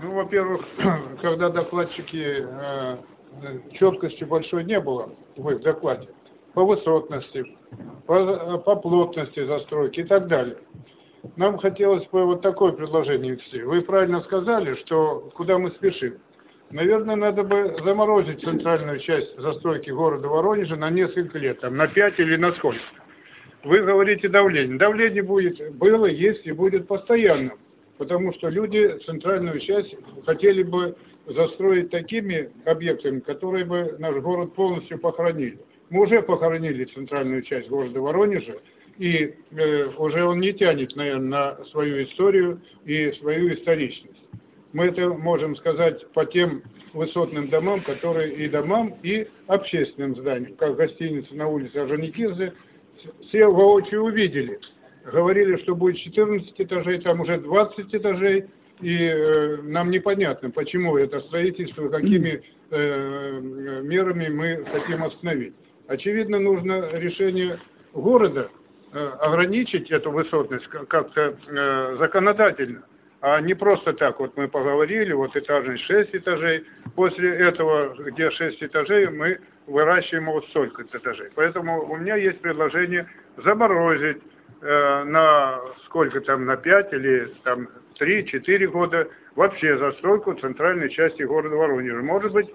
Ну, во-первых, когда докладчики четкости большой не было в их докладе, по высотности, по плотности застройки и так далее. Нам хотелось бы вот такое предложение ввести. Вы правильно сказали, что куда мы спешим. Наверное, надо бы заморозить центральную часть застройки города Воронежа на несколько лет, там, на 5 или на сколько. Вы говорите давление. Давление было, есть и будет постоянным, потому что люди центральную часть хотели бы застроить такими объектами, которые бы наш город полностью похоронили. Мы уже похоронили центральную часть города Воронежа, и уже он не тянет, наверное, на свою историю и свою историчность. Мы это можем сказать по тем высотным домам, которые и домам, и общественным зданиям, как гостиница на улице Орджоникидзе, все воочию увидели. Говорили, что будет 14 этажей, там уже 20 этажей, и нам непонятно, почему это строительство, какими мерами мы хотим остановить. Очевидно, нужно решение города ограничить эту высотность как-то законодательно, а не просто так. Вот мы поговорили, вот этажность 6 этажей, после этого, где 6 этажей, мы выращиваем вот столько этажей. Поэтому у меня есть предложение заморозить на сколько там, на 5 или там 3-4 года вообще застройку центральной части города Воронежа. Может быть,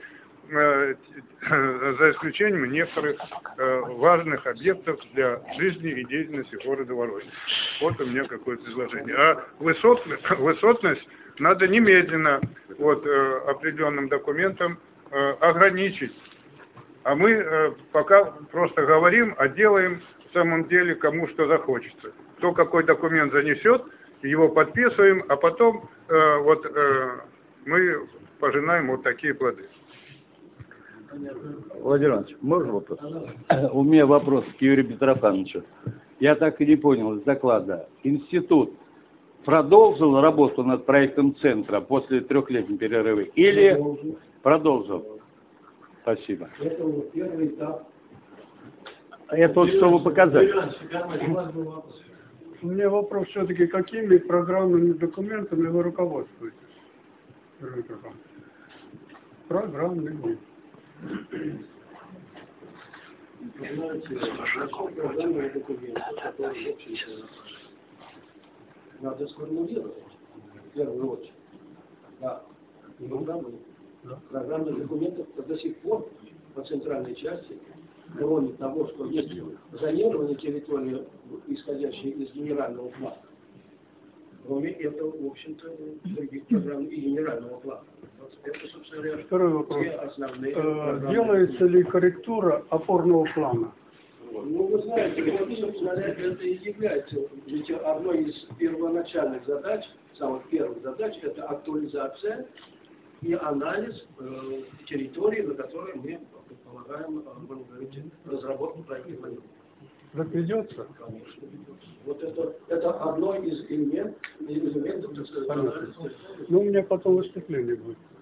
за исключением некоторых важных объектов для жизни и деятельности города Воронежа. Вот у меня какое предложение. А высотность надо немедленно вот, определенным документом ограничить. А мы пока просто говорим, а делаем в самом деле кому что захочется. Кто какой документ занесет, его подписываем, а потом мы пожинаем вот такие плоды. Владимир Иванович, можно вопрос? У меня вопрос к Юрию Митрофановичу. Я так и не понял из доклада. Институт продолжил работу над проектом центра после 3-летнего перерыва или продолжил? Спасибо. Это первый этап. Это вот чтобы показать. У меня вопрос все-таки, какими программными документами вы руководствуетесь? Программными. Программные документы, которые надо сформулировать в первую очередь. Да. Программных документов до сих пор по центральной части, кроме того, что есть зонирование территории, исходящее из генерального плана, кроме этого, в общем-то, других программ и генерального плана. Вот это, собственно говоря, второй вопрос. Основные делается ли корректура опорного плана? Ну, вы знаете, вот, собственно говоря, это и является ведь одной из первоначальных задач, самых первых задач, это актуализация и анализ территории, на которой мы предполагаем, будем говорить, разработку проектных планов. Так ведется? Конечно, ведется. Вот это одно из элементов, так сказать, анализа. Ну, у меня потом выступление будет.